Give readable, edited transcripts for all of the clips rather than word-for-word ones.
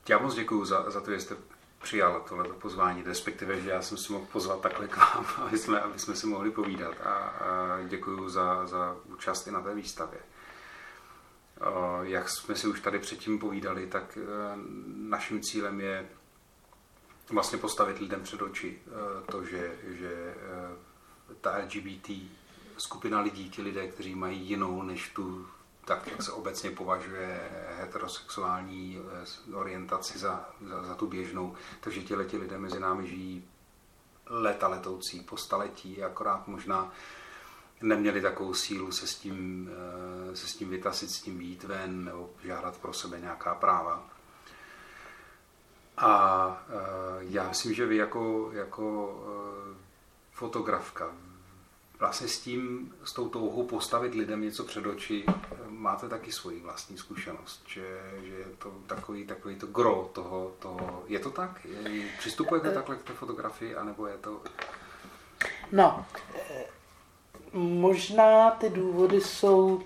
Já moc děkuju za to, že jste přijal tohleto pozvání, respektive, že já jsem si mohl pozvat takhle k vám, aby jsme si mohli povídat a děkuju za účast i na té výstavě. Jak jsme si už tady předtím povídali, tak naším cílem je vlastně postavit lidem před oči to, že ta LGBT skupina lidí, ti lidé, kteří mají jinou než tu, tak jak se obecně považuje heterosexuální orientaci za tu běžnou, takže ti lidé mezi námi žijí léta letoucí po staletí, akorát možná neměli takovou sílu se s tím vytasit, s tím vyjít ven nebo žádat pro sebe nějaká práva. A já myslím, že vy jako fotografka vlastně s tou touhou postavit lidem něco před oči máte taky svoji vlastní zkušenost, že je to takový to gro toho. Je to tak? Přistupujete takhle k té fotografii, anebo je to... No, možná ty důvody jsou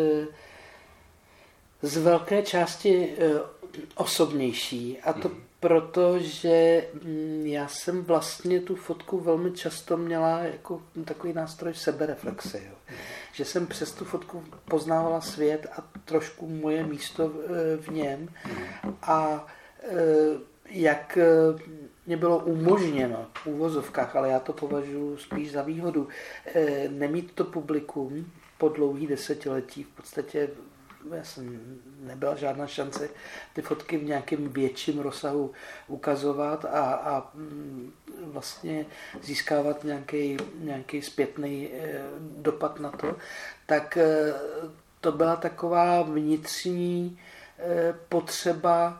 z velké části osobnější, a to proto, že já jsem vlastně tu fotku velmi často měla jako takový nástroj sebereflexe. Jo. Že jsem přes tu fotku poznávala svět a trošku moje místo v něm. A jak mě bylo umožněno v úvozovkách, ale já to považuji spíš za výhodu, nemít to publikum po dlouhých desetiletí, v podstatě já jsem nebyla žádná šance ty fotky v nějakém větším rozsahu ukazovat a vlastně získávat nějaký zpětný dopad na to, tak to byla taková vnitřní potřeba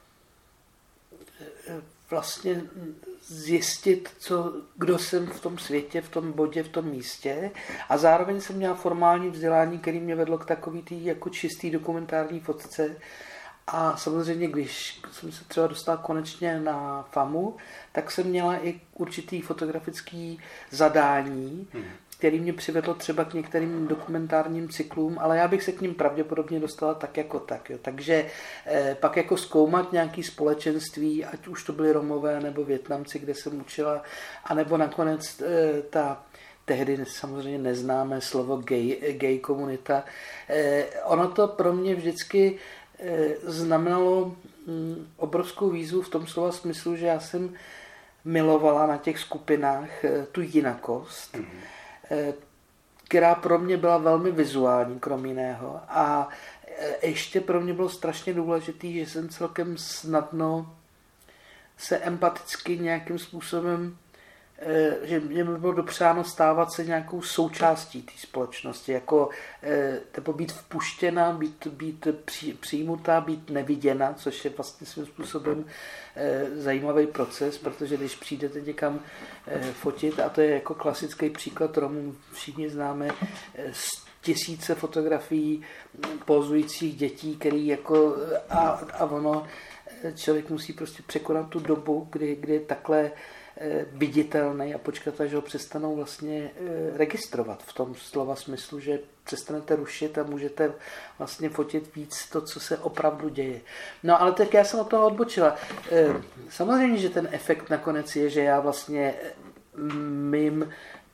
vlastně zjistit, kdo jsem v tom světě, v tom bodě, v tom místě, a zároveň jsem měla formální vzdělání, který mě vedlo k takový tý jako čistý dokumentární fotce. A samozřejmě, když jsem se třeba dostala konečně na FAMu, tak jsem měla i určitý fotografický zadání, který mě přivedlo třeba k některým dokumentárním cyklům, ale já bych se k ním pravděpodobně dostala tak jako tak. Jo. Takže pak jako zkoumat nějaké společenství, ať už to byly Romové nebo Vietnamci, kde jsem učila, anebo nakonec tehdy samozřejmě neznámé slovo gay komunita. Ono to pro mě vždycky znamenalo obrovskou výzvu v tom slova smyslu, že já jsem milovala na těch skupinách tu jinakost, která pro mě byla velmi vizuální, krom jiného. A ještě pro mě bylo strašně důležitý, že jsem celkem snadno se empaticky nějakým způsobem, že mě by bylo dopřáno stávat se nějakou součástí té společnosti, jako být vpuštěna, být přijmutá, být neviděna, což je vlastně svým způsobem zajímavý proces, protože když přijdete někam fotit, a to je jako klasický příklad Romů, všichni známe tisíce fotografií pozujících dětí, který jako a ono, člověk musí prostě překonat tu dobu, kdy je takhle viditelný a počkat, až ho přestanou vlastně registrovat v tom slova smyslu, že přestanete rušit a můžete vlastně fotit víc to, co se opravdu děje. No ale tak já jsem od toho odbočila. Samozřejmě, že ten efekt nakonec je, že já vlastně mým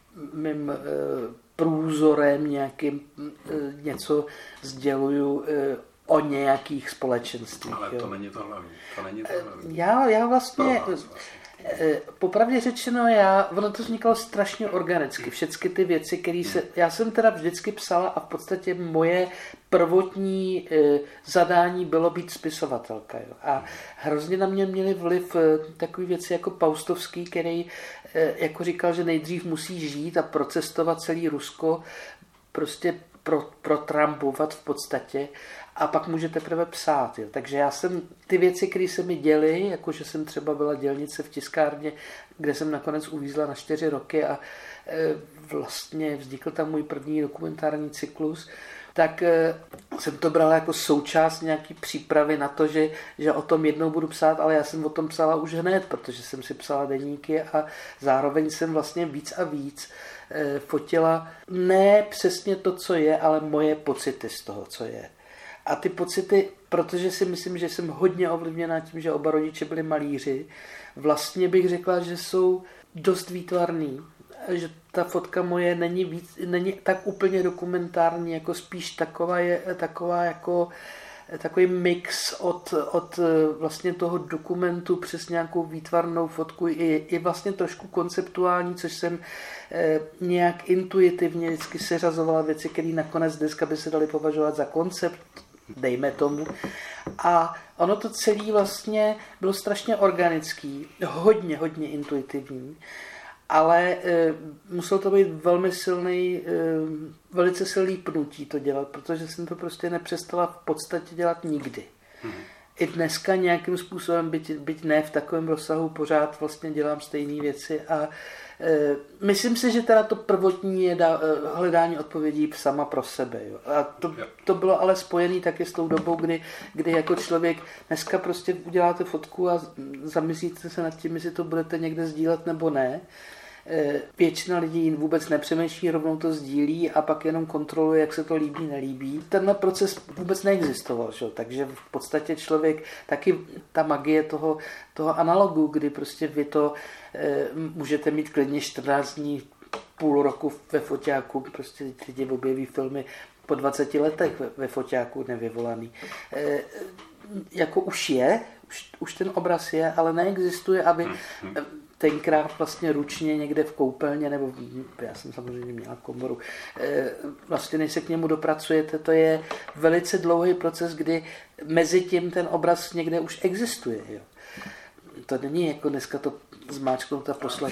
průzorem nějakým něco sděluju o nějakých společenstvích. Ale to není to hlavní. Já vlastně... Popravdě řečeno, ono to vznikalo strašně organicky. Všechny ty věci, které já jsem teda vždycky psala a v podstatě moje prvotní zadání bylo být spisovatelka. Jo. A hrozně na mě měly vliv takové věci jako Paustovský, který jako říkal, že nejdřív musí žít a procestovat celý Rusko, prostě protrampovat v podstatě, a pak můžete teprve psát. Jo. Takže já jsem ty věci, které se mi děly, jako že jsem třeba byla dělnice v tiskárně, kde jsem nakonec uvízla na 4 roky a vlastně vznikl tam můj první dokumentární cyklus, tak jsem to brala jako součást nějaký přípravy na to, že o tom jednou budu psát, ale já jsem o tom psala už hned, protože jsem si psala deníky a zároveň jsem vlastně víc a víc fotila ne přesně to, co je, ale moje pocity z toho, co je. A ty pocity, protože si myslím, že jsem hodně ovlivněná tím, že oba rodiče byli malíři, vlastně bych řekla, že jsou dost výtvarný. Že ta fotka moje není tak úplně dokumentární, jako spíš taková jako takový mix od vlastně toho dokumentu přes nějakou výtvarnou fotku i vlastně trošku konceptuální, což jsem nějak intuitivně vždycky seřazovala věci, které nakonec dneska by se daly považovat za koncept, dejme tomu. A ono to celé vlastně bylo strašně organický, hodně intuitivní, ale musel to být velice silný pnutí to dělat, protože jsem to prostě nepřestala v podstatě dělat nikdy. I dneska nějakým způsobem, byť ne v takovém rozsahu, pořád vlastně dělám stejné věci a myslím si, že teda to prvotní je hledání odpovědí sama pro sebe. Jo. A to bylo ale spojené taky s tou dobou, kdy jako člověk dneska prostě uděláte fotku a zamyslíte se nad tím, jestli to budete někde sdílet nebo ne. Většina lidí vůbec nepřemýšlí, rovnou to sdílí a pak jenom kontroluje, jak se to líbí, nelíbí. Tenhle proces vůbec neexistoval, že? Takže v podstatě člověk, taky ta magie toho analogu, kdy prostě vy to můžete mít klidně 14 dní, půl roku ve foťáku, prostě lidi objeví filmy po 20 letech ve foťáku nevyvolaný. Jako už ten obraz je, ale neexistuje, aby tenkrát vlastně ručně někde v koupelně, nebo já jsem samozřejmě měla komoru, vlastně než se k němu dopracujete, to je velice dlouhý proces, kdy mezi tím ten obraz někde už existuje. Jo. To není jako dneska to zmáčknout a poslat,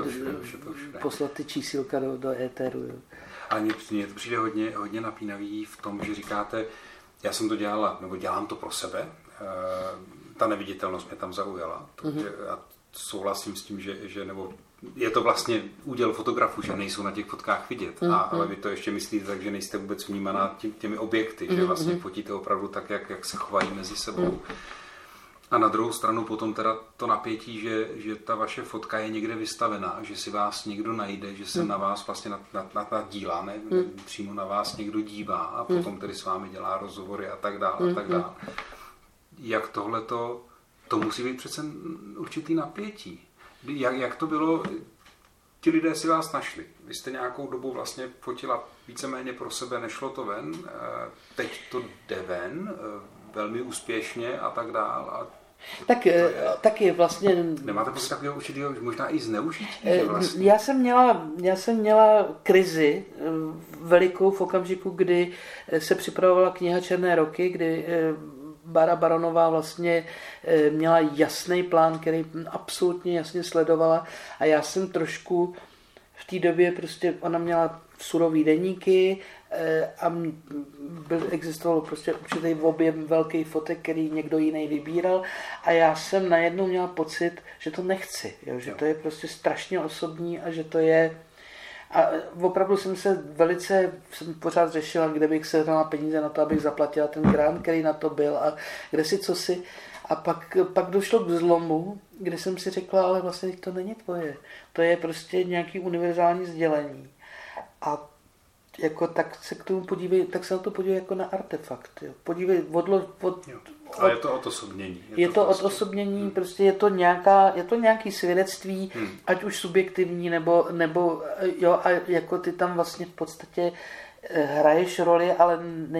poslat ty čísílka do éteru. Jo. Ale mně to přijde hodně napínavý v tom, že říkáte, já jsem to dělala, nebo dělám to pro sebe, ta neviditelnost mě tam zaujala, a souhlasím s tím, že nebo je to vlastně úděl fotografů, že nejsou na těch fotkách vidět, ale vy to ještě myslíte tak, že nejste vůbec vnímaná těmi objekty, že vlastně fotíte opravdu tak, jak se chovají mezi sebou. A na druhou stranu potom teda to napětí, že ta vaše fotka je někde vystavená, že si vás někdo najde, že se na vás vlastně nadílá, ne přímo na vás někdo dívá a potom tedy s vámi dělá rozhovory a tak dále a tak dále. Jak tohleto, to musí být přece určitý napětí. Jak to bylo, ti lidé si vás našli. Vy jste nějakou dobu vlastně fotila víceméně pro sebe, nešlo to ven, teď to jde ven, velmi úspěšně a tak dále. Tak je vlastně... Nemáte pocit takového určitého, možná i zneužití? Vlastně... Já jsem měla krizi velikou v okamžiku, kdy se připravovala kniha Černé roky, kdy Bára Baronová vlastně měla jasný plán, který absolutně jasně sledovala a já jsem trošku v té době prostě, ona měla surový deníky a existovalo prostě určitý objem velkých fotek, který někdo jiný vybíral a já jsem najednou měla pocit, že to nechci, jo? Že to je prostě strašně osobní a že to je... A opravdu jsem pořád řešila, kde bych sehnala peníze na to, abych zaplatila ten grant, který na to byl a kde si co si. A pak došlo k zlomu, kde jsem si řekla, ale vlastně to není tvoje. To je prostě nějaký univerzální sdělení. A jako tak se k tomu podívej, tak se na to podívej jako na artefakt. Jo. Podívej ale je to odosobnění. Je to odosobnění, prostě je to nějaký svědectví, ať už subjektivní, nebo jo, a jako ty tam vlastně v podstatě hraješ roli, ale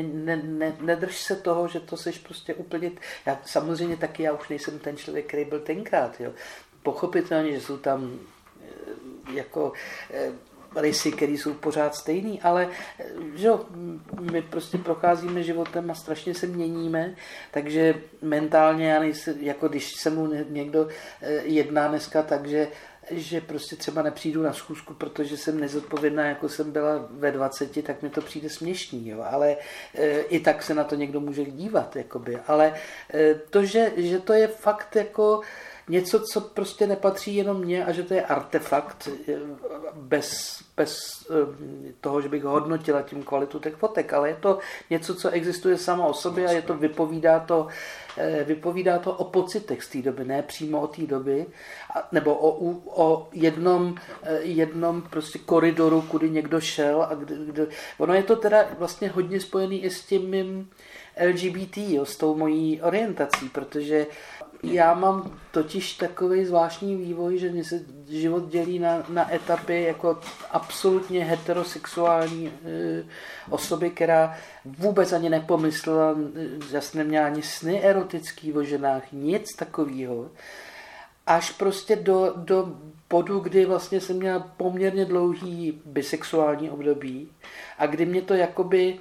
nedrž se toho, že to seš prostě úplně... Já samozřejmě taky, já už nejsem ten člověk, který byl tenkrát, jo. Pochopitelně, že jsou tam jako... rysy, které jsou pořád stejný, ale že my prostě procházíme životem a strašně se měníme, takže mentálně já nejsem, jako když se mu někdo jedná dneska, takže že prostě třeba nepřijdu na schůzku, protože jsem nezodpovědná, jako jsem byla ve 20, tak mi to přijde směšný, jo. Ale i tak se na to někdo může dívat, jakoby. Ale to, že to je fakt jako něco, co prostě nepatří jenom mně a že to je artefakt bez toho, že bych hodnotila tím kvalitu těch fotek, ale je to něco, co existuje samo o sobě a je to vypovídá to o pocitech z té doby, ne přímo o té doby, nebo o jednom prostě koridoru, kudy někdo šel a ono je to teda vlastně hodně spojený i s tím mým LGBT, jo, s tou mojí orientací, protože já mám totiž takový zvláštní vývoj, že mě se život dělí na etapy jako absolutně heterosexuální osoby, která vůbec ani nepomyslela, já jsem neměla ani sny erotický o ženách, nic takového. Až prostě do bodu, kdy vlastně jsem měla poměrně dlouhý bisexuální období a kdy mě to jakoby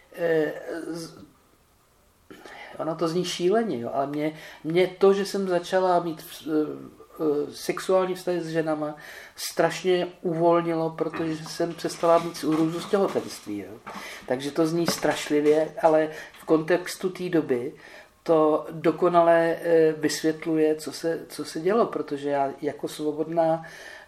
ono to zní šíleně, jo, ale mě to, že jsem začala mít sexuální vztahy s ženama, strašně uvolnilo, protože jsem přestala mít úhruzu z těhotenství. Jo. Takže to zní strašlivě, ale v kontextu té doby to dokonale vysvětluje, co se dělo, protože já jako svobodná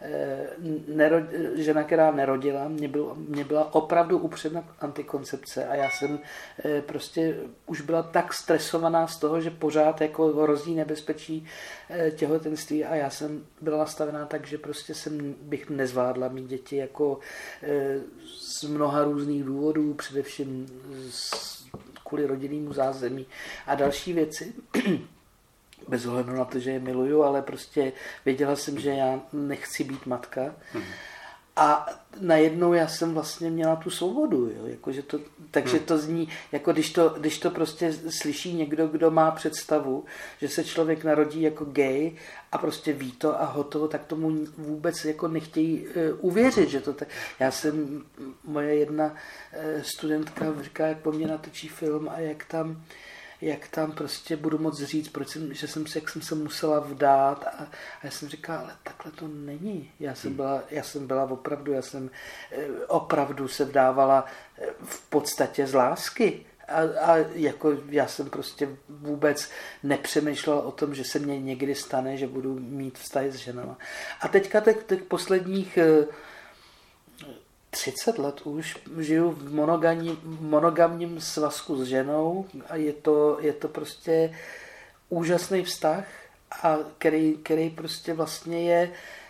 žena, která nerodila, mě byla opravdu upředna antikoncepce a já jsem prostě už byla tak stresovaná z toho, že pořád jako hrozí nebezpečí těhotenství a já jsem byla nastavená tak, že prostě bych nezvládla mít děti jako z mnoha různých důvodů, především kvůli rodinnému zázemí a další věci. Bez ohledu na to, že je miluju, ale prostě věděla jsem, že já nechci být matka. A najednou já jsem vlastně měla tu svobodu. Jo? Takže to zní, jako když to prostě slyší někdo, kdo má představu, že se člověk narodí jako gay a prostě ví to a hotovo, tak tomu vůbec jako nechtějí uvěřit. Že to tak. Moje jedna studentka říká, jak po mně natočí film a jak tam prostě budu moc říct, jak jsem se musela vdát a já jsem říkala, ale takhle to není. Já jsem byla opravdu se vdávala v podstatě z lásky. A jako já jsem prostě vůbec nepřemýšlela o tom, že se mně někdy stane, že budu mít vztahy s ženama. A teďka těch posledních 30 let už žiju v monogamním svazku s ženou a je to prostě úžasný vztah, a který prostě vlastně je,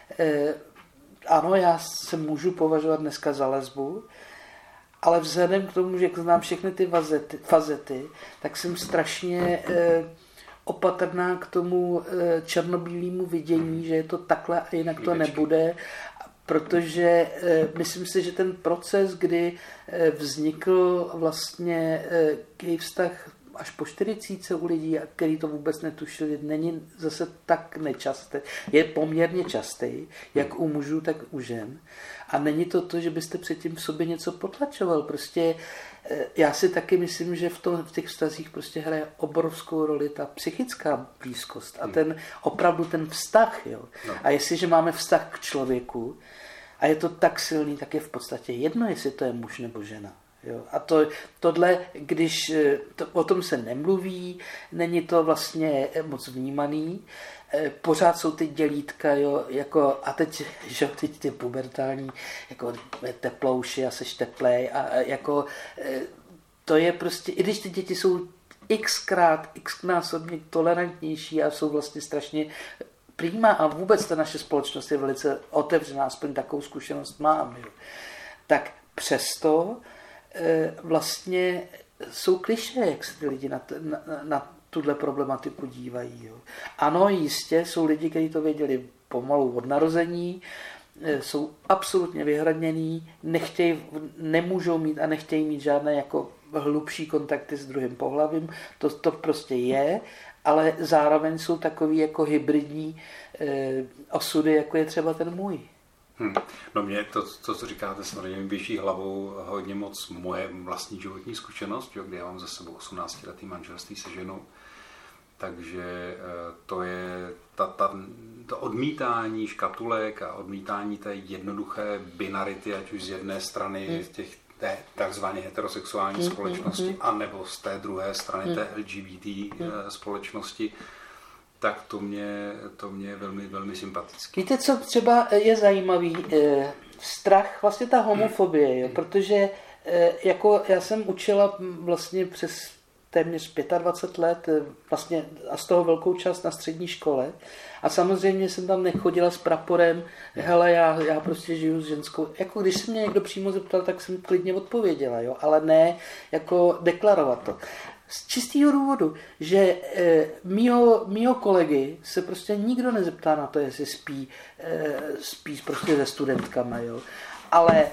ano, já se můžu považovat dneska za lesbu, ale vzhledem k tomu, že znám všechny ty fazety, tak jsem strašně opatrná k tomu černobílému vidění, že je to takhle a jinak to nebude. Protože myslím si, že ten proces, kdy vznikl vlastně gay vztah až po 40 u lidí, který to vůbec netušili, není zase tak nečastý. Je poměrně častý, jak u mužů, tak u žen. A není to, že byste předtím v sobě něco potlačoval. Prostě já si taky myslím, že v těch vztazích prostě hraje obrovskou roli ta psychická blízkost a opravdu ten vztah. Jo. No. A jestliže máme vztah k člověku a je to tak silný, tak je v podstatě jedno, jestli to je muž nebo žena. Jo. A tohle, když o tom se nemluví, není to vlastně moc vnímaný, pořád jsou ty dělítka, jo, jako, a teď ty pubertální, jako teplouši a seš teplej a jako to je prostě, i když ty děti jsou xnásobně tolerantnější a jsou vlastně strašně prýma a vůbec ta naše společnost je velice otevřená, aspoň takovou zkušenost mám, jo. Tak přesto vlastně jsou klišé, jak se ty lidi na tuhle problematiku dívají. Jo. Ano, jistě, jsou lidi, kteří to věděli pomalu od narození, jsou absolutně vyhradnění, nemůžou mít a nechtějí mít žádné jako hlubší kontakty s druhým pohlavím, to prostě je, ale zároveň jsou takový jako hybridní osudy, jako je třeba ten můj. No mě to, co říkáte, samozřejmě mi běží hlavou hodně moc moje vlastní životní zkušenost, jo, kde já mám za sebou 18letý manželství se ženou. Takže to je to odmítání škatulek a odmítání té jednoduché binarity, ať už z jedné strany té takzvané heterosexuální společnosti, anebo z té druhé strany té LGBT společnosti, tak to mě je velmi, velmi sympatické. Víte, co třeba je zajímavý? Strach, vlastně ta homofobie, jo? Protože jako já jsem učila vlastně přes téměř 25 let vlastně a z toho velkou část na střední škole a samozřejmě jsem tam nechodila s praporem, hele, já prostě žiju s ženskou. Jako když se mě někdo přímo zeptal, tak jsem klidně odpověděla, jo? Ale ne jako deklarovat to. Z čistého důvodu, že mýho kolegy se prostě nikdo nezeptá na to, jestli spí prostě se studentkama, jo. Ale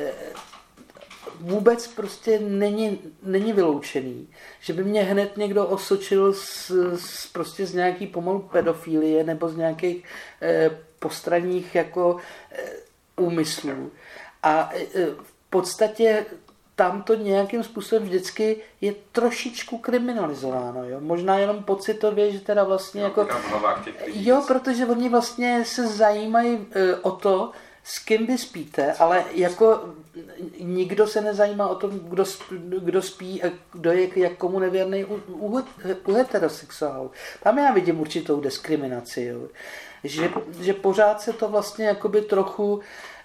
vůbec prostě není vyloučený, že by mě hned někdo osočil prostě z nějaký pomalu pedofilie nebo z nějakých postranních jako úmyslů. A v podstatě tam to nějakým způsobem vždycky je trošičku kriminalizováno. Jo? Možná jenom pocitově, že teda vlastně jako... Jo, protože oni vlastně se zajímají o to, s kým vy spíte, ale jako nikdo se nezajímá o tom, kdo spí a kdo je jak komu nevěrný u heterosexuálů. Tam já vidím určitou diskriminaci. Jo? Že pořád se to vlastně jakoby trochu...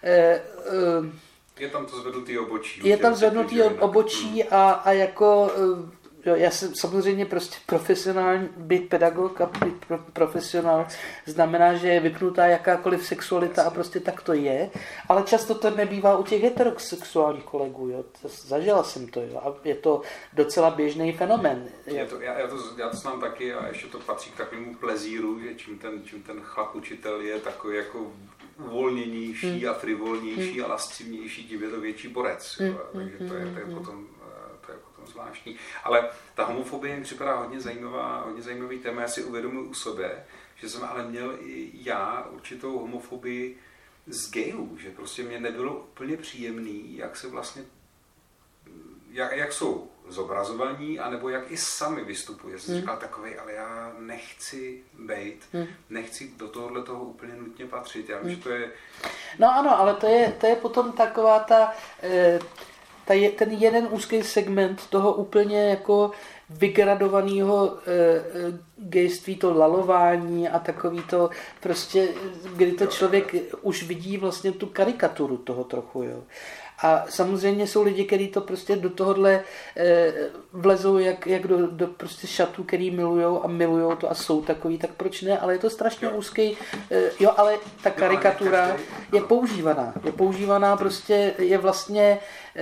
Je tam to zvednutý obočí. Je tam zvednutý obočí a jako... Já jsem samozřejmě prostě profesionální, být pedagog a být profesionál znamená, že je vypnutá jakákoliv sexualita a prostě tak to je, ale často to nebývá u těch heterosexuálních kolegů, jo. Zažila jsem to, jo, a je to docela běžný fenomén. Já to znám taky a ještě to patří k takovému plezíru, že čím ten chlap učitel je takový jako uvolněnější a frivolnější a lascivnější, tím je to větší borec, jo. Takže to je potom zvláštní. Ale ta homofobie mi připadá hodně zajímavý téma. Já si uvědomuji u sebe, že jsem ale měl i já určitou homofobii z gayů, že prostě mě nebylo úplně příjemný, jak se vlastně, jak jsou zobrazovaní, anebo jak i sami vystupují. Já jsem říkal takovej, ale já nechci bejt, nechci do tohohle toho úplně nutně patřit. Já vím, že to je... No ano, ale to je potom taková ten jeden úzký segment toho úplně jako vygradovaného gejství, to lalování a takový to prostě, kdy to člověk už vidí vlastně tu karikaturu toho trochu, jo. A samozřejmě jsou lidi, kteří to prostě do tohohle vlezou jak do prostě šatů, který milujou a milujou to a jsou takový, tak proč ne? Ale je to strašně úzký, jo, ale ta karikatura je používaná prostě, je vlastně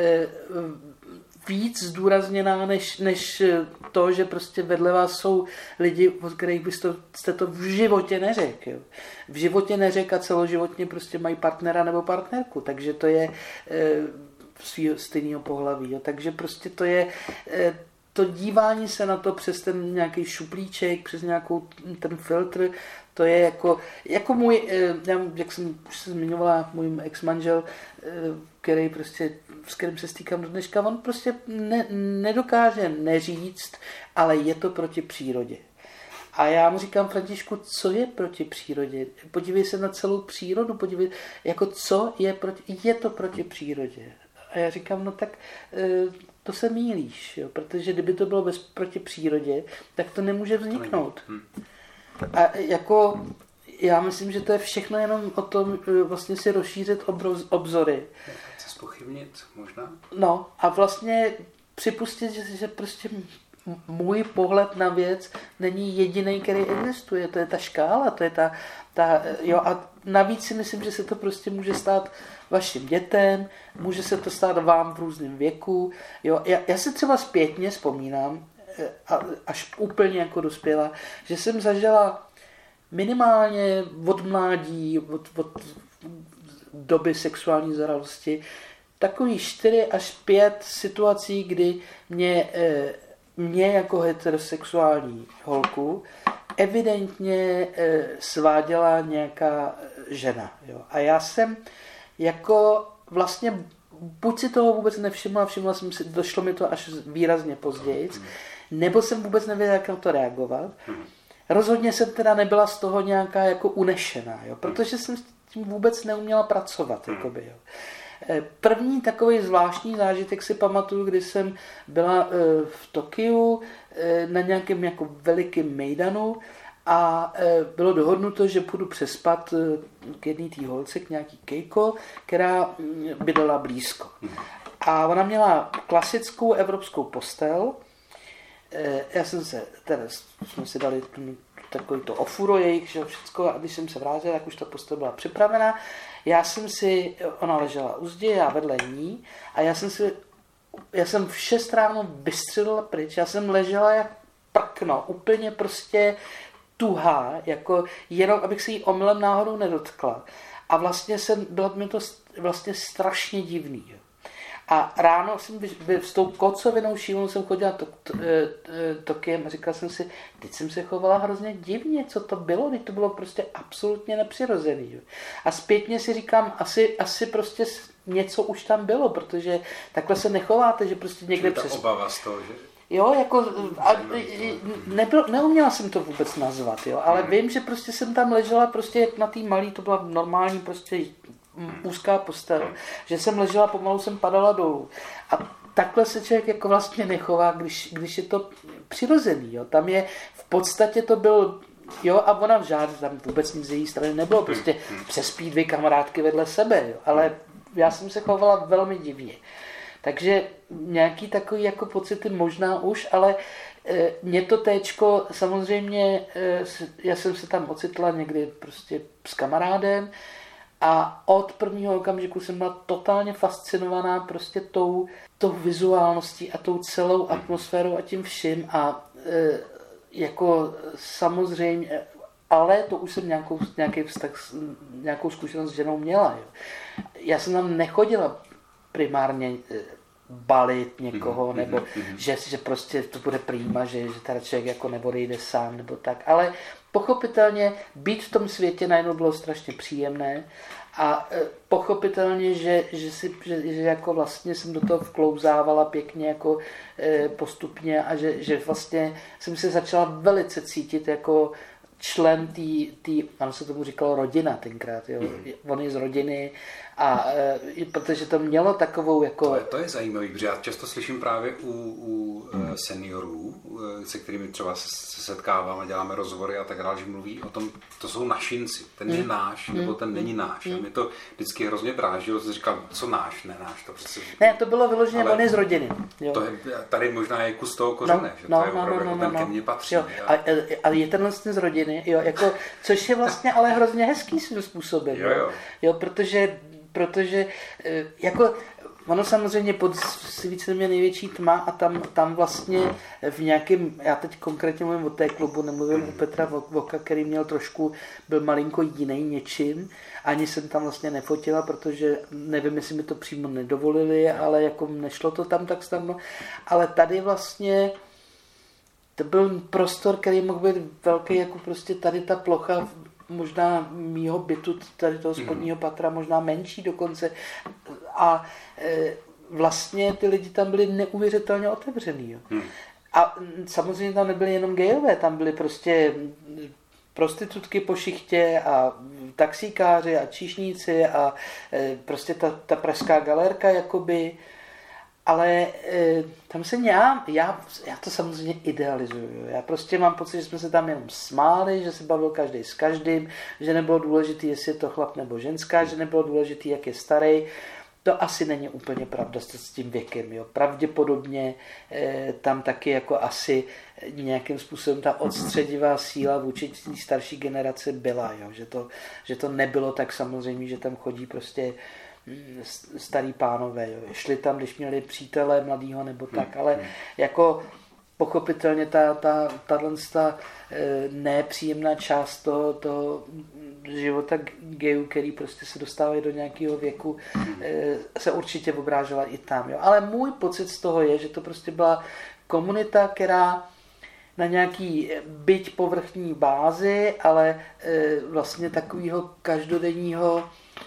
víc zdůrazněná, než to, že prostě vedle vás jsou lidi, od kterých jste to v životě neřekl. Jo. V životě neřekl a celoživotně prostě mají partnera nebo partnerku, takže to je svýho stejného pohlaví. Jo. Takže prostě to je to dívání se na to přes ten nějaký šuplíček, přes nějakou ten filtr, to je jako můj, jak jsem už se zmiňovala, můj ex-manžel, který prostě, s kterým se stýkám do dneška, on prostě nedokáže neříct, ale je to proti přírodě. A já mu říkám, Františku, co je proti přírodě? Podívej se na celou přírodu, co je to proti přírodě. A já říkám, no tak to se mýlíš, jo? Protože kdyby to bylo proti přírodě, tak to nemůže vzniknout. A jako já myslím, že to je všechno jenom o tom vlastně si rozšířit obzory. Se zpochybnit možná? No a vlastně připustit, že prostě můj pohled na věc není jediný, který existuje. To je ta škála, to je jo, a navíc si myslím, že se to prostě může stát vašim dětem, může se to stát vám v různém věku. Jo, já si třeba zpětně vzpomínám, až úplně jako dospěla, že jsem zažila minimálně od mládí, od doby sexuální zralosti, takový 4 až 5 situací, kdy mě jako heterosexuální holku evidentně sváděla nějaká žena. Jo. A já jsem jako vlastně buď si toho vůbec nevšimla, všimla jsem si, došlo mi to až výrazně později, nebo jsem vůbec nevěděla, jak na to reagovat. Rozhodně jsem teda nebyla z toho nějaká jako unešená, jo, protože jsem s tím vůbec neuměla pracovat. Jakoby, jo. První takový zvláštní zážitek si pamatuju, kdy jsem byla v Tokiu na nějakém jako velikém mejdanu a bylo dohodnuto, že půjdu přespat k jedné té holce, k nějaký kejko, která bydlela blízko. A ona měla klasickou evropskou postel. Já jsem se, teda jsme si dali takový to ofuro jejich, že všecko, a když jsem se vrátil, tak už ta postel byla připravená. Ona ležela u zdi, já vedle ní a já jsem si já jsem v 6 ráno vystřelila pryč, já jsem ležela jak prkno, úplně prostě tuhá, jako jenom, abych se jí omylem náhodou nedotkla. A vlastně bylo mi to vlastně strašně divný. Jo. A ráno jsem s tou kocovinou šílenou jsem chodila tokiem a říkala jsem si, teď jsem se chovala hrozně divně, co to bylo, teď to bylo prostě absolutně nepřirozený. Jo. A zpětně si říkám, asi prostě něco už tam bylo, protože takhle se nechováte, že prostě někde přes... obava z toho, že... Jo, jako, neuměla jsem to vůbec nazvat, jo, ale vím, že prostě jsem tam ležela prostě jak na té malý, to byla normální prostě úzká postel, že jsem ležela, pomalu jsem padala dolů. A takhle se člověk jako vlastně nechová, když je to přirozený, jo. Tam je, v podstatě to byl, jo, a ona v žádný, tam vůbec nic z její strany nebylo, prostě přespí 2 kamarádky vedle sebe, jo, ale já jsem se chovala velmi divně. Takže nějaký takový jako pocity možná už, ale mě to téčko, samozřejmě, já jsem se tam ocitla někdy prostě s kamarádem a od prvního okamžiku jsem byla totálně fascinovaná prostě tou vizuálností a tou celou atmosférou a tím vším a jako samozřejmě, ale to už jsem nějaký vztah, nějakou zkušenost s ženou měla. Jo. Já jsem tam nechodila primárně balit někoho, nebo že prostě to bude prýma, že teda člověk jako neodejde sám, nebo tak. Ale pochopitelně být v tom světě najednou bylo strašně příjemné a pochopitelně, že jako vlastně jsem do toho vklouzávala pěkně jako postupně a že vlastně jsem se začala velice cítit jako člen ano se tomu říkalo rodina tenkrát, jo. On je z rodiny a protože to mělo takovou jako... To je zajímavý, protože já často slyším právě u seniorů, se kterými třeba se setkávám a děláme rozhovory a tak dále, že mluví o tom, to jsou našinci, ten je náš, nebo ten není náš. A mě to vždycky hrozně drážilo, že říkal, co náš, nenáš, to přece... Ne, to bylo vyloženě, on je z rodiny. Jo. To je, tady možná je kus toho kořene, že to je opravdu ten ke mně patří. Jo. A je ten vlastně z rodiny, jo, jako, což je vlastně ale hrozně hezký svým způsobem. Jo, protože jako ono samozřejmě pod víceméně největší tma a tam vlastně v nějakém, já teď konkrétně mluvím o té klubu, nemluvím o Petra Voka, který byl malinko jiný něčím, ani jsem tam vlastně nefotila, protože nevím, jestli mi to přímo nedovolili, ale jako nešlo to tam tak snadno, ale tady vlastně to byl prostor, který mohl být velký, jako prostě tady ta plocha možná mýho bytu, tady toho spodního patra, možná menší dokonce. A vlastně ty lidi tam byli neuvěřitelně otevřený. Jo. A samozřejmě tam nebyli jenom gejové, tam byly prostě prostitutky po šichtě a taxíkáři a číšníci a prostě ta pražská galérka jakoby. Ale tam se já to samozřejmě idealizuju. Já prostě mám pocit, že jsme se tam jenom smáli, že se bavil každý s každým, že nebylo důležité, jestli je to chlap nebo ženská, že nebylo důležité, jak je starý. To asi není úplně pravda s tím věkem. Jo. Pravděpodobně tam taky jako asi nějakým způsobem ta odstředivá síla vůči starší generaci byla. Jo. Že to nebylo tak samozřejmě, že tam chodí prostě starý pánové, jo. Šli tam, když měli přítele mladýho nebo tak, ale jako pochopitelně ta nepříjemná část toho života gayů, který prostě se dostávají do nějakého věku, se určitě obrážela i tam. Jo. Ale můj pocit z toho je, že to prostě byla komunita, která na nějaký byť povrchní bázi, ale vlastně takového každodenního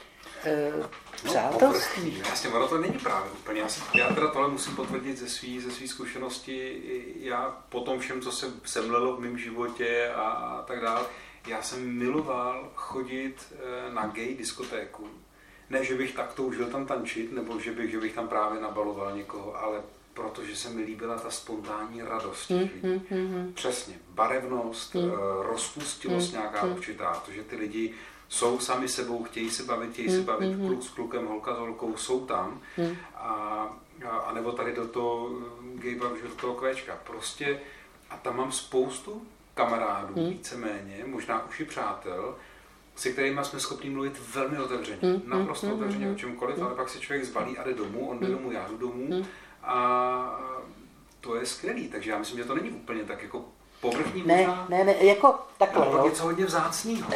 přátelství. Vlastně ono to není právě úplně. Já teda tohle musím potvrdit ze své zkušenosti. Já po tom všem, co se semlelo v mém životě a tak dále, já jsem miloval chodit na gay diskotéku. Ne, že bych tak toužil tam tančit, nebo že bych tam právě nabaloval někoho, ale protože se mi líbila ta spontánní radost. Přesně. Barevnost, rozpustilost nějaká určitá, to, že ty lidi jsou sami sebou, chtějí se bavit, kluk s klukem, holka s holkou, jsou tam a nebo tady do toho gay bar, do toho kvéčka. Prostě a tam mám spoustu kamarádů, víceméně, možná už i přátel, se kterými jsme schopni mluvit velmi otevřeně, naprosto otevřeně o čemkoliv, ale pak se člověk zbalí a jde domů, on jde domů, já jdu domů a to je skvělý, takže já myslím, že to není úplně tak jako povrchní možná. Ne, jako takhle. To je něco hodně vzácného.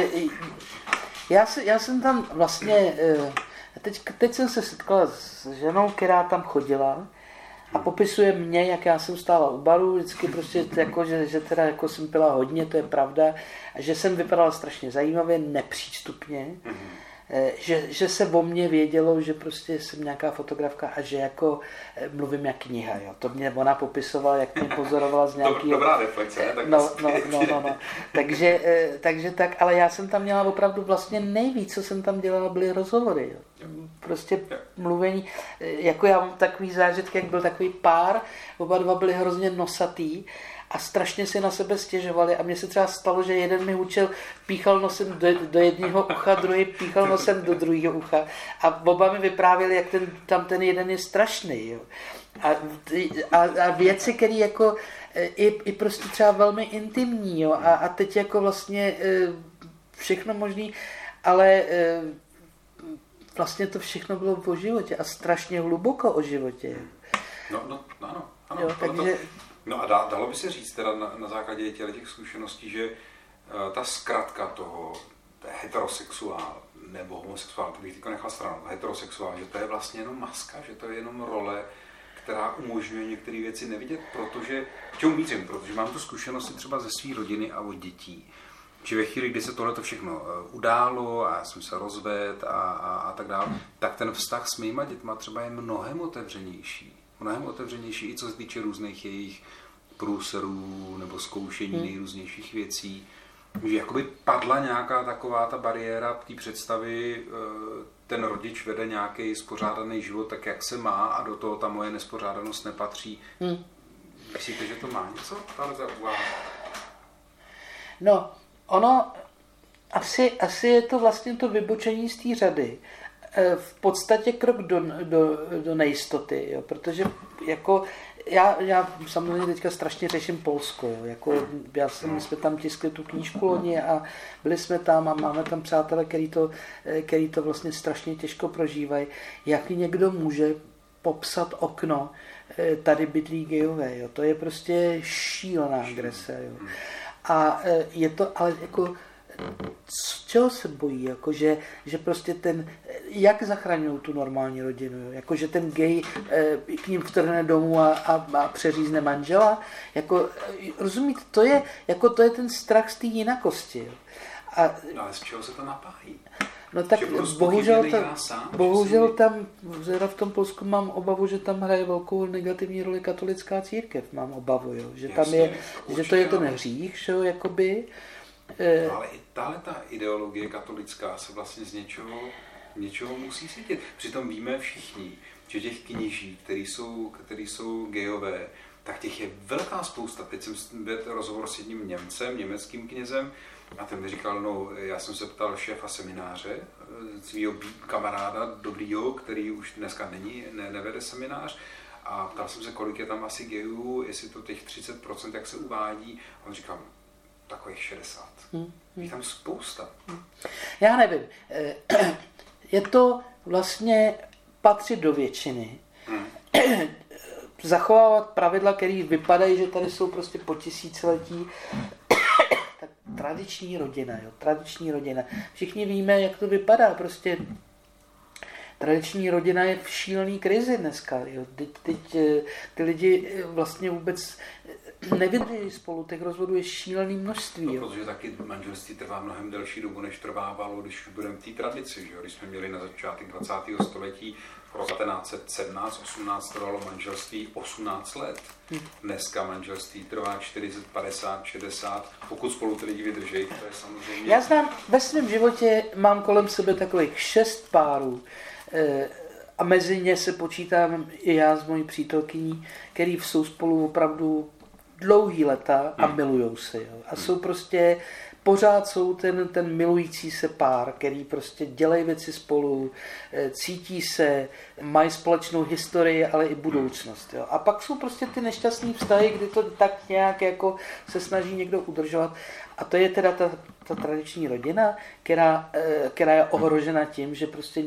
Já jsem tam vlastně, teď jsem se setkala s ženou, která tam chodila a popisuje mě, jak já jsem stála u baru, vždycky prostě jako, že teda jako jsem pila hodně, to je pravda, a že jsem vypadala strašně zajímavě, nepřístupně, že se o mně vědělo, že prostě jsem nějaká fotografka a že jako mluvím jak kniha, jo. To mě ona popisovala, jak mě pozorovala z nějakého... Dobrá reflexe, ne? Tak no. Takže tak, ale já jsem tam měla opravdu vlastně nejvíc, co jsem tam dělala, byly rozhovory, jo. Prostě mluvení, jako já mám takový zážitky, jak byl takový pár, oba dva byli hrozně nosatý a strašně si na sebe stěžovali a mně se třeba stalo, že jeden mi učil, píchal nosem do jedného ucha, druhý píchal nosem do druhého ucha a oba mi vyprávěli, jak ten jeden je strašný. Jo. A věci, které jako i prostě třeba velmi intimní, jo. A teď jako vlastně všechno možný, ale vlastně to všechno bylo o životě a strašně hluboko o životě. Ano. Jo, takže... No a dalo by se říct teda na základě těch zkušeností, že ta zkratka toho heterosexuál nebo homosexuál, to bych teďka nechal stranou, heterosexuál, že to je vlastně jenom maska, že to je jenom role, která umožňuje některé věci nevidět, protože, k čemu mířím, protože mám tu zkušenosti třeba ze své rodiny a od dětí, že ve chvíli, kdy se tohleto všechno událo a já jsem se rozvedl a tak dále, tak ten vztah s mýma dětma třeba je mnohem otevřenější i co se týče různých jejich průserů nebo zkoušení nejrůznějších věcí. Že jakoby padla nějaká taková ta bariéra té představy, ten rodič vede nějaký spořádaný život tak, jak se má a do toho ta moje nespořádanost nepatří. Myslíte, že to má něco? No, ono asi je to vlastně to vybočení z té řady. V podstatě krok do nejistoty, jo, protože jako já samozřejmě teďka strašně řeším Polsko, jo, jako my jsme tam tiskli tu knížku loni a byli jsme tam a máme tam přátelé, který to vlastně strašně těžko prožívají. Jak někdo může popsat okno, tady bydlí gejové, jo, to je prostě šílená agrese, jo. A je to ale jako čeho se bojí, jako že prostě jak zachraňují tu normální rodinu, jako že ten gay k ním vtrhne domů a přeřízne manžela, jako rozumíte, to je ten strach z té jinakosti. Jo. No ale z čeho se to napájí? No tak bohužel tam v tom Polsku mám obavu, že tam hraje velkou negativní roli katolická církev, mám obavu, jo, že tam je, že to je ten hřích, že jo, jakoby. Ale i tahle ta ideologie katolická se vlastně z něčeho musí svítit. Přitom víme všichni, že těch kněží, který jsou gejové, tak těch je velká spousta. Teď jsem vedl rozhovor s jedním Němcem, německým knězem, a ten mi říkal, no, já jsem se ptal šéfa semináře, svýho kamaráda dobrýho, který už dneska nevede seminář, a ptal jsem se, kolik je tam asi gejů, jestli to těch 30%, jak se uvádí, a on říkal, takových 60. Je tam spousta. Já nevím. Je to vlastně patřit do většiny. Zachovávat pravidla, které vypadají, že tady jsou prostě po tisíciletí. Tak tradiční rodina. Všichni víme, jak to vypadá. Prostě tradiční rodina je v šílený krizi dneska. Jo. Teď ty lidi vlastně vůbec nevydrží spolu, těch rozvodů je šílený množství. No, protože taky manželství trvá mnohem delší dobu, než trvávalo, když budeme v té tradici. Že? Když jsme měli na začátek 20. století, v roce 1917-18 trvalo manželství 18 let. Dneska manželství trvá 40, 50, 60. Pokud spolu ty lidi vydržejí, to je samozřejmě... Já znám, ve svém životě mám kolem sebe takových 6 párů, a mezi ně se počítám i já s mojí přítelkyní, který jsou spolu opravdu dlouhý leta a milujou se. Jo. A jsou prostě, pořád jsou ten milující se pár, který prostě dělají věci spolu, cítí se, mají společnou historii, ale i budoucnost. Jo. A pak jsou prostě ty nešťastný vztahy, kdy to tak nějak jako se snaží někdo udržovat. A to je teda ta tradiční rodina, která je ohrožena tím, že prostě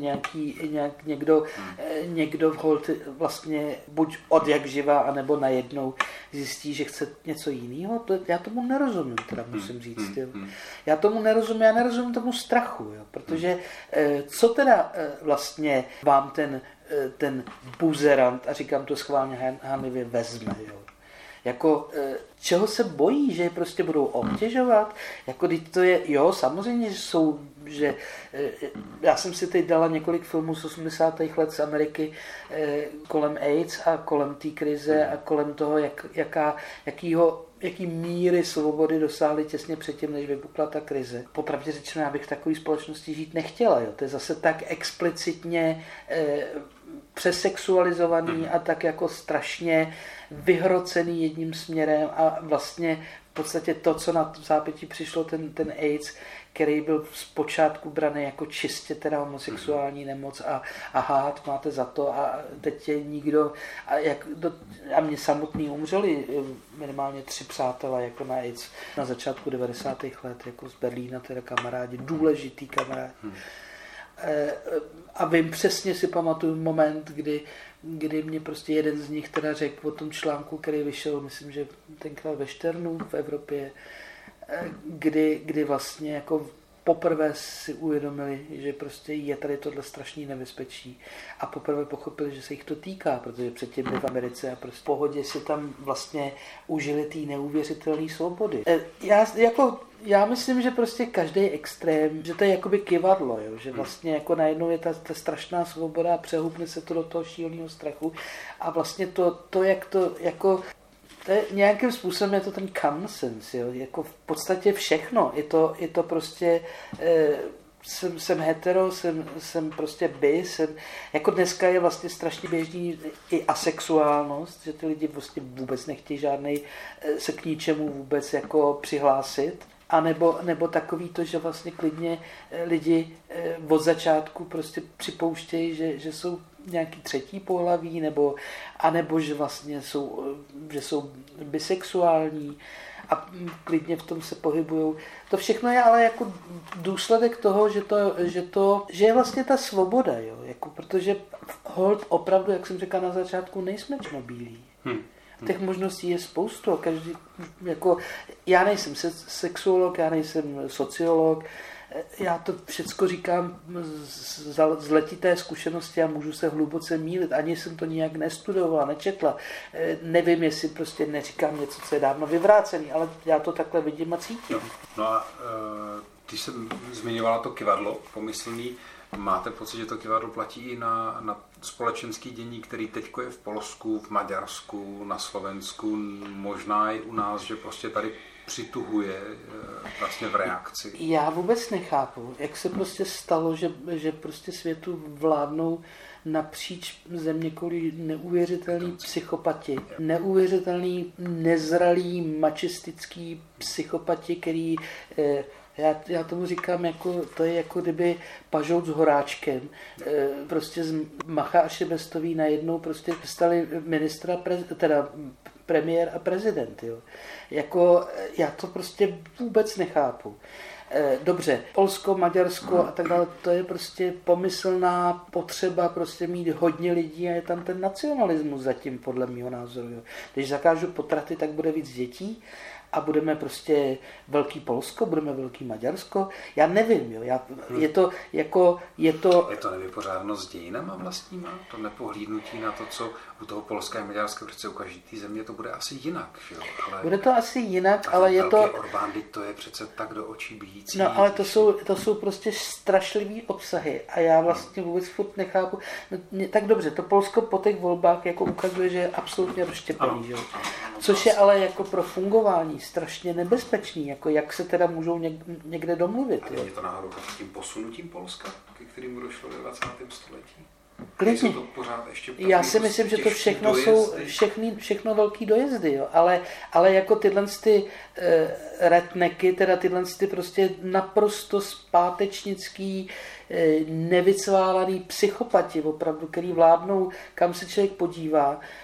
někdo holt vlastně buď od jak živá, anebo najednou zjistí, že chce něco jiného. Já tomu nerozumím, teda musím říct. Jo. Já tomu nerozumím, já nerozumím tomu strachu, jo, protože co teda vlastně vám ten buzerant, a říkám to schválně hanlivě, vezme, jo. Jako, čeho se bojí, že je prostě budou obtěžovat? Jako, když to je, jo, samozřejmě, že já jsem si teď dala několik filmů z 80. let z Ameriky kolem AIDS a kolem té krize a kolem toho, jaký míry svobody dosáhly těsně předtím, než vypukla ta krize. Popravdě řečeno, já bych v takové společnosti žít nechtěla. Jo. To je zase tak explicitně přesexualizovaný a tak jako strašně vyhrocený jedním směrem a vlastně v podstatě to, co na zápětí přišlo, ten AIDS, který byl zpočátku braný jako čistě teda homosexuální nemoc a hád, máte za to a teď je nikdo a mě samotný umřeli minimálně 3 přátelé jako na AIDS na začátku 90. let jako z Berlína, teda kamarádi, důležitý kamarádi. A vím přesně, si pamatuju moment, kdy mě prostě jeden z nich teda řekl o tom článku, který vyšel, myslím, že tenkrát ve Šternu v Evropě, kdy vlastně jako poprvé si uvědomili, že prostě je tady tohle strašný nebezpečí a poprvé pochopili, že se jich to týká, protože předtím byli v Americe a prostě v pohodě si tam vlastně užili té neuvěřitelné svobody. Já myslím, že prostě každý extrém, že to je jakoby kyvadlo, jo? Že vlastně jako najednou je ta strašná svoboda a přehupne se to do toho šíleného strachu a vlastně to je nějakým způsobem je to ten common sense, jo? Jako v podstatě všechno, je to prostě jsem hetero, jsem prostě bi, jako dneska je vlastně strašně běžný i asexuálnost, že ty lidi vlastně vůbec nechtějí žádnej se k ničemu vůbec jako přihlásit. A nebo takový to, že vlastně klidně lidi od začátku prostě připouštějí, že jsou nějaký třetí pohlaví, anebo že vlastně jsou bisexuální a klidně v tom se pohybujou. To všechno je ale jako důsledek toho, že je vlastně ta svoboda, jo? Jako, protože hold opravdu, jak jsem říkal na začátku, nejsme černobílí. Těch možností je spoustu. Každý, jako, já nejsem sexuolog, já nejsem sociolog, já to všecko říkám z letité zkušenosti a můžu se hluboce mýlit. Ani jsem to nijak nestudovala, nečetla. Nevím, jestli prostě neříkám něco, co je dávno vyvrácený, ale já to takhle vidím a cítím. No a ty jsem zmiňovala to kyvadlo pomyslný. Máte pocit, že to kyvadlo platí i na společenský dění, který teďko je v Polsku, v Maďarsku, na Slovensku, možná i u nás, že prostě tady přituhuje vlastně v reakci? Já vůbec nechápu, jak se prostě stalo, že prostě světu vládnou napříč zeměkoulí neuvěřitelný psychopati, neuvěřitelný nezralý mačistický psychopati, který já tomu říkám, jako, to je jako kdyby Pažout s Horáčkem, prostě z Macha a Šebestový najednou prostě stali premiér a prezident. Jo. Jako, já to prostě vůbec nechápu. Dobře, Polsko, Maďarsko a tak dále, to je prostě pomyslná potřeba prostě mít hodně lidí a je tam ten nacionalismus zatím, podle mého názoru. Jo. Když zakážu potraty, tak bude víc dětí a budeme prostě velký Polsko, budeme velký Maďarsko. Já nevím, jo. Je to nevypořádanost s dějinama vlastníma? To nepohlídnutí na to, co u toho Polska a Maďarska, protože u každé té země to bude asi jinak, že jo? Bude to asi jinak, ale je to... Orbán, to je přece tak do očí bijící. No, ale to jsou prostě strašlivý obsahy a já vlastně vůbec furt nechápu. No, tak dobře, to Polsko po těch volbách jako ukazuje, že je absolutně rozštěpený, že jo? Což je ale jako pro fungování strašně nebezpečný, jako jak se teda můžou někde domluvit. A je to náhodou tím posunutím Polska, ke kterému došlo ve 20. století? Klidně. Já si myslím, že to všechno jsou všechno velký dojezdy, jo. Ale jako tyhle rednecky, teda tyhle prostě naprosto zpátečnický, nevycválaný psychopati, opravdu, který vládnou, kam se člověk podívá,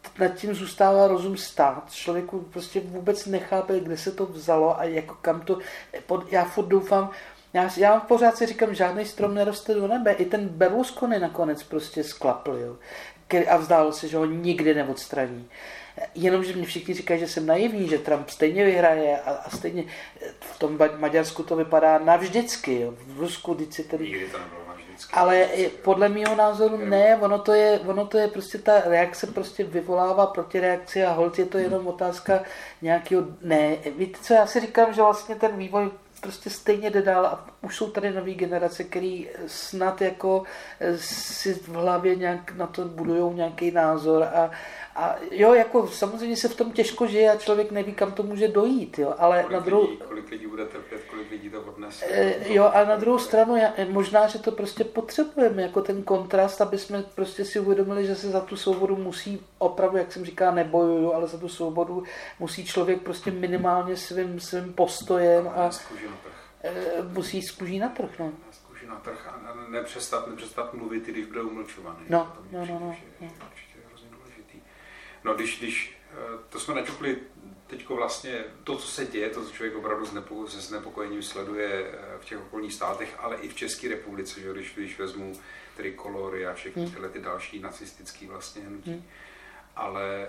nad tím zůstává rozum stát. Člověku prostě vůbec nechápe, kde se to vzalo a jako kam to... Já furt doufám, já pořád si říkám, žádný strom neroste do nebe. I ten Berlusconi nakonec prostě sklapl, jo. A vzdálo se, že ho nikdy neodstraní. Jenomže mě všichni říkají, že jsem naivní, že Trump stejně vyhraje a stejně v tom Maďarsku to vypadá navždycky, jo. V Rusku vždycky tedy... Nikdy to nebylo navždycky. Ale podle mého názoru ne, ono to je prostě ta reakce prostě vyvolává protireakci a holt je to jenom otázka nějakého... Ne, víte co, já si říkám, že vlastně ten vývoj prostě stejně jde dál a už jsou tady nový generace, který snad jako si v hlavě nějak na to budujou nějaký názor a jo, jako samozřejmě se v tom těžko žije a člověk neví, kam to může dojít, jo, ale kolik lidí bude trpět, kolik lidí to odnese. Jo, a na druhou stranu, možná, že to prostě potřebujeme, jako ten kontrast, aby jsme prostě si uvědomili, že se za tu svobodu musí opravdu, jak jsem říkal, nebojuju, ale za tu svobodu musí člověk prostě minimálně svým postojem a musí z kůží na trh, no. Na trh a nepřestat mluvit, když bude umlčovaný. No. Určitě je hrozně důležitý. No, když to jsme načukli teďko vlastně to, co se děje, to, co člověk opravdu se znepokojením sleduje v těch okolních státech, ale i v České republice, že když vezmu Trikolory a všechny tyhle ty další nacistické vlastně hnutí. Ale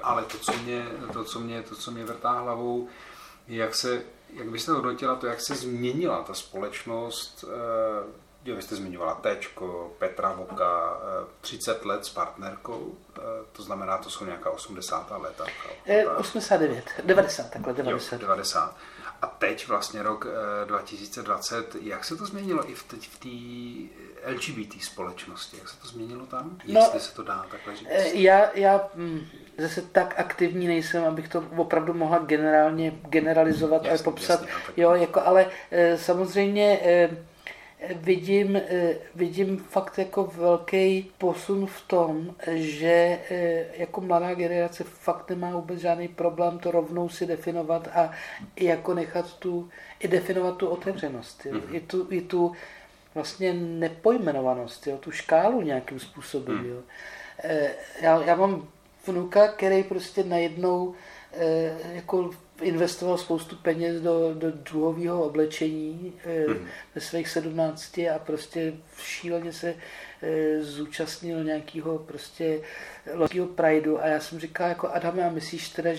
to, co mě vrtá hlavou, jak byste hodnotila to, jak se změnila ta společnost, vy jste zmiňovala Téčko, Petra Voka, 30 let s partnerkou, to znamená, to jsou nějaká 80. léta. 89, 90, takhle 90. Jo, 90. A teď vlastně rok 2020, jak se to změnilo i v té LGBT společnosti? Jak se to změnilo tam? Jestli se to dá takhle říct? Já zase tak aktivní nejsem, abych to opravdu mohla generalizovat a popsat. Jo, jako, ale samozřejmě vidím fakt jako velký posun v tom, že jako mladá generace fakt nemá vůbec žádný problém to rovnou si definovat a i jako nechat i definovat tu otevřenost. Jo. I tu vlastně nepojmenovanost, jo, tu škálu nějakým způsobem. Jo. Já mám vnuka, který prostě najednou jako investoval spoustu peněz do druhového oblečení ve svých 17 a prostě šíleně se zúčastnil nějakého prostě loňského prideu a já jsem říkal jako Adame, a myslíš teda,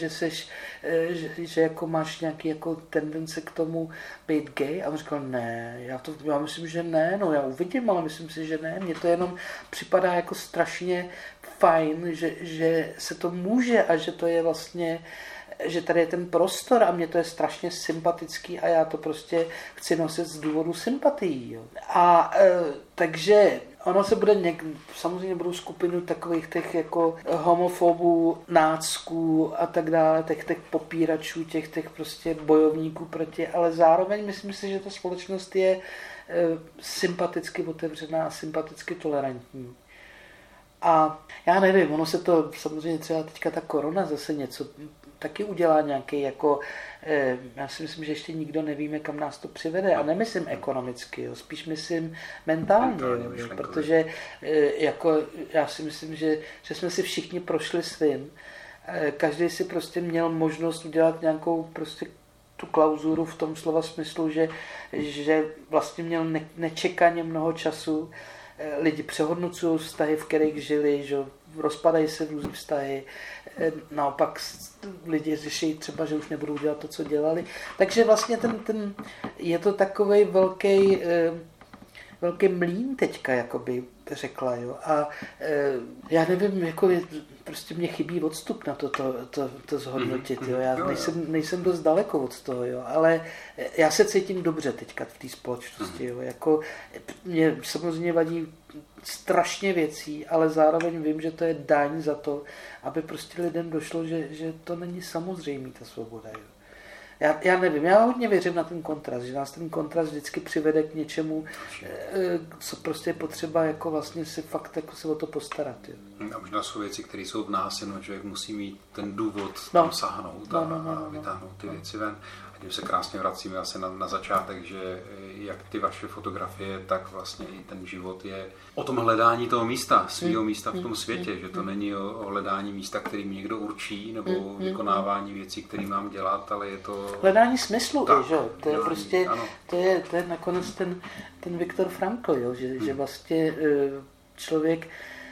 že jako máš nějaký jako tendence k tomu být gay? A on říkal, ne, já myslím, že ne, no já uvidím, ale myslím si, že ne, mně to jenom připadá jako strašně fajn, že se to může a že to je vlastně, že tady je ten prostor a mně to je strašně sympatický a já to prostě chci nosit z důvodu sympatií. Jo. A takže ono se bude samozřejmě budou skupiny takových těch jako homofobů, nácků a tak dále, těch popíračů, těch prostě bojovníků proti, ale zároveň myslím si, že ta společnost je sympaticky otevřená a sympaticky tolerantní. A já nevím, ono se to samozřejmě třeba teďka ta korona zase něco taky udělá nějaký jako, já si myslím, že ještě nikdo nevíme, kam nás to přivede a nemyslím ekonomicky, jo, spíš myslím mentálně, jo, protože jako já si myslím, že jsme si všichni prošli svým, každý si prostě měl možnost udělat nějakou prostě tu klauzuru v tom slova smyslu, že vlastně měl nečekaně mnoho času, lidi přehodnocují vztahy, v kterých žili, že rozpadají se různé vztahy, naopak lidi řeší třeba, že už nebudou dělat to, co dělali. Takže vlastně je to takovej velký mlýn teďka, jakoby řekla. Jo. A já nevím, jako prostě mě chybí odstup na to zhodnotit. Jo. Já nejsem dost daleko od toho, jo. Ale já se cítím dobře teďka v té společnosti. Jo. Jako, mě samozřejmě vadí strašně věcí, ale zároveň vím, že to je daň za to, aby prostě lidem došlo, že to není samozřejmý, ta svoboda. Jo. Já nevím, já hodně věřím na ten kontrast, že nás ten kontrast vždycky přivede k něčemu, co prostě je potřeba jako vlastně si fakt jako se o to postarat. Jo. A možná jsou věci, které jsou v nás, jenom člověk musí mít ten důvod tam sáhnout a vytáhnout ty věci ven. Když se krásně vracíme zase na začátek, že jak ty vaše fotografie, tak vlastně i ten život je o tom hledání toho místa, svého místa v tom světě, že to není o hledání místa, který mi někdo určí, nebo vykonávání věcí, které mám dělat, ale je to... Hledání smyslu, tak, že? To je prostě, to je nakonec ten Viktor Frankl, jo? Že vlastně člověk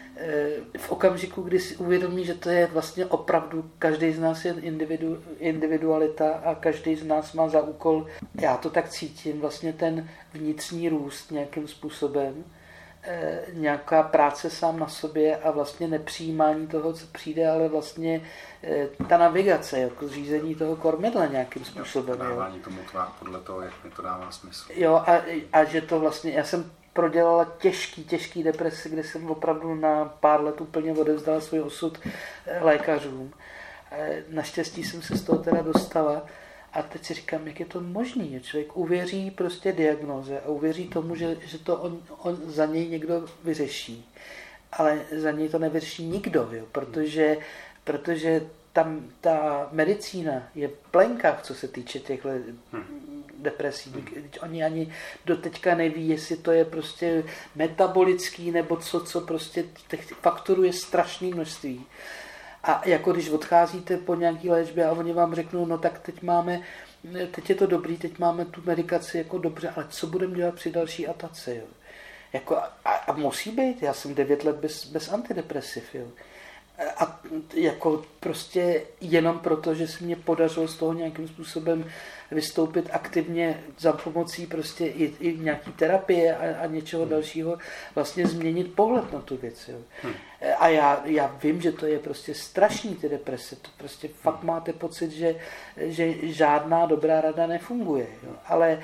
v okamžiku, kdy si uvědomí, že to je vlastně opravdu, každý z nás je individualita a každý z nás má za úkol, já to tak cítím, vlastně ten vnitřní růst nějakým způsobem, nějaká práce sám na sobě a vlastně nepřijímání toho, co přijde, ale vlastně ta navigace, jako řízení toho kormidla nějakým způsobem. Dávání tomu podle toho, jak mi to dává smysl. Jo, a že to vlastně, já jsem prodělala těžký deprese, kde jsem opravdu na pár let úplně odevzdala svůj osud lékařům. Naštěstí jsem se z toho teda dostala a teď si říkám, jak je to možný. Člověk uvěří prostě diagnóze a uvěří tomu, že to on za něj někdo vyřeší. Ale za něj to nevyřeší nikdo, jo? Protože tam ta medicína je v plenkách, co se týče těchto depresí. Oni ani doteďka neví, jestli to je prostě metabolický, nebo co prostě těch faktorů je strašné množství. A jako když odcházíte po nějaký léčbě a oni vám řeknou, no tak teď je to dobrý, teď máme tu medikaci jako dobře, ale co budeme dělat při další atace, jo? Jako, a musí být, já jsem 9 let bez antidepresiv, jo. A jako prostě jenom proto, že se mě podařilo z toho nějakým způsobem vystoupit aktivně za pomocí prostě i nějaký terapie a něčeho dalšího, vlastně změnit pohled na tu věc. Jo. A já vím, že to je prostě strašný, ty deprese. To prostě fakt máte pocit, že žádná dobrá rada nefunguje. Jo. Ale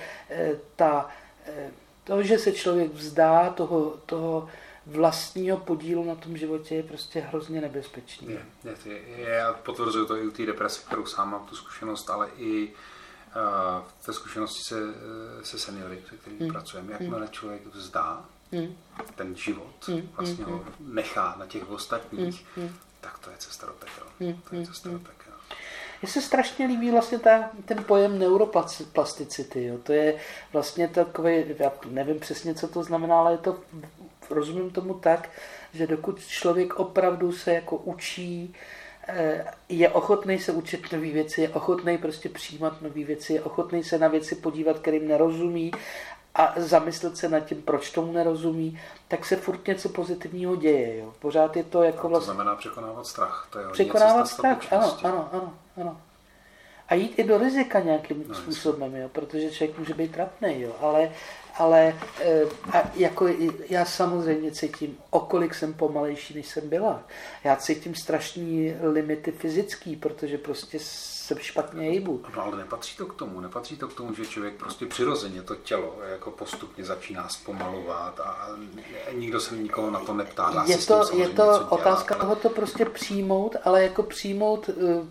to, že se člověk vzdá toho vlastního podílu na tom životě, je prostě hrozně nebezpečný. Já potvrzuju to i u té deprese, kterou sám mám tu zkušenost, ale i v té zkušenosti se seniory, se kterými pracujeme. Jakmile člověk vzdá ten život, vlastně ho nechá na těch ostatních, tak to je cesta do pekel. To je cesta do pekel. Mně se strašně líbí vlastně ten pojem neuroplasticity. Jo. To je vlastně takový, já nevím přesně, co to znamená, ale rozumím tomu tak, že dokud člověk opravdu se jako učí, je ochotný se učit nové věci, je ochotný prostě přijímat nové věci, je ochotný se na věci podívat, kterým nerozumí a zamyslet se nad tím, proč tomu nerozumí, tak se furt něco pozitivního děje. Jo. Pořád je to jako vlastně... To znamená překonávat strach. To je překonávat strach, ano. A jít i do rizika nějakým způsobem, jo, protože člověk může být trapný, jo, ale jako já samozřejmě cítím, o kolik jsem pomalejší, než jsem byla. Já cítím strašný limity fyzický, protože prostě jsem špatně hejbu. No, ale nepatří to k tomu, že člověk prostě přirozeně to tělo jako postupně začíná zpomalovat a nikdo se nikoho na to neptá. Je to otázka toho to prostě přijmout, ale jako přijmout,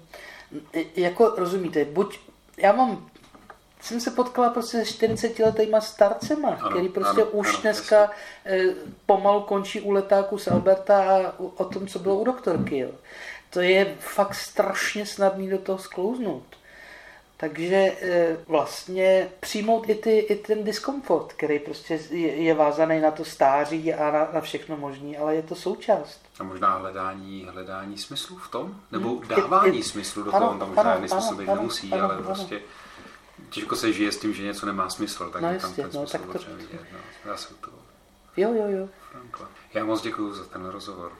jako rozumíte, buď já jsem se potkala prostě se 40letýma starcema, který prostě už dneska pomalu končí u letáku z Alberta a o tom, co bylo u doktorky. Jo. To je fakt strašně snadný do toho sklouznout. Takže vlastně přijmout i ten diskomfort, který prostě je vázaný na to stáří a na všechno možné, ale je to součást. A možná hledání smyslu v tom? Nebo dávání smyslu do toho, tam možná žádný smysl být nemusí, ale prostě těžko se žije s tím, že něco nemá smysl, tak je tam ten smysl potřeba vidět. Já jsem to... Jo. Já moc děkuju za ten rozhovor.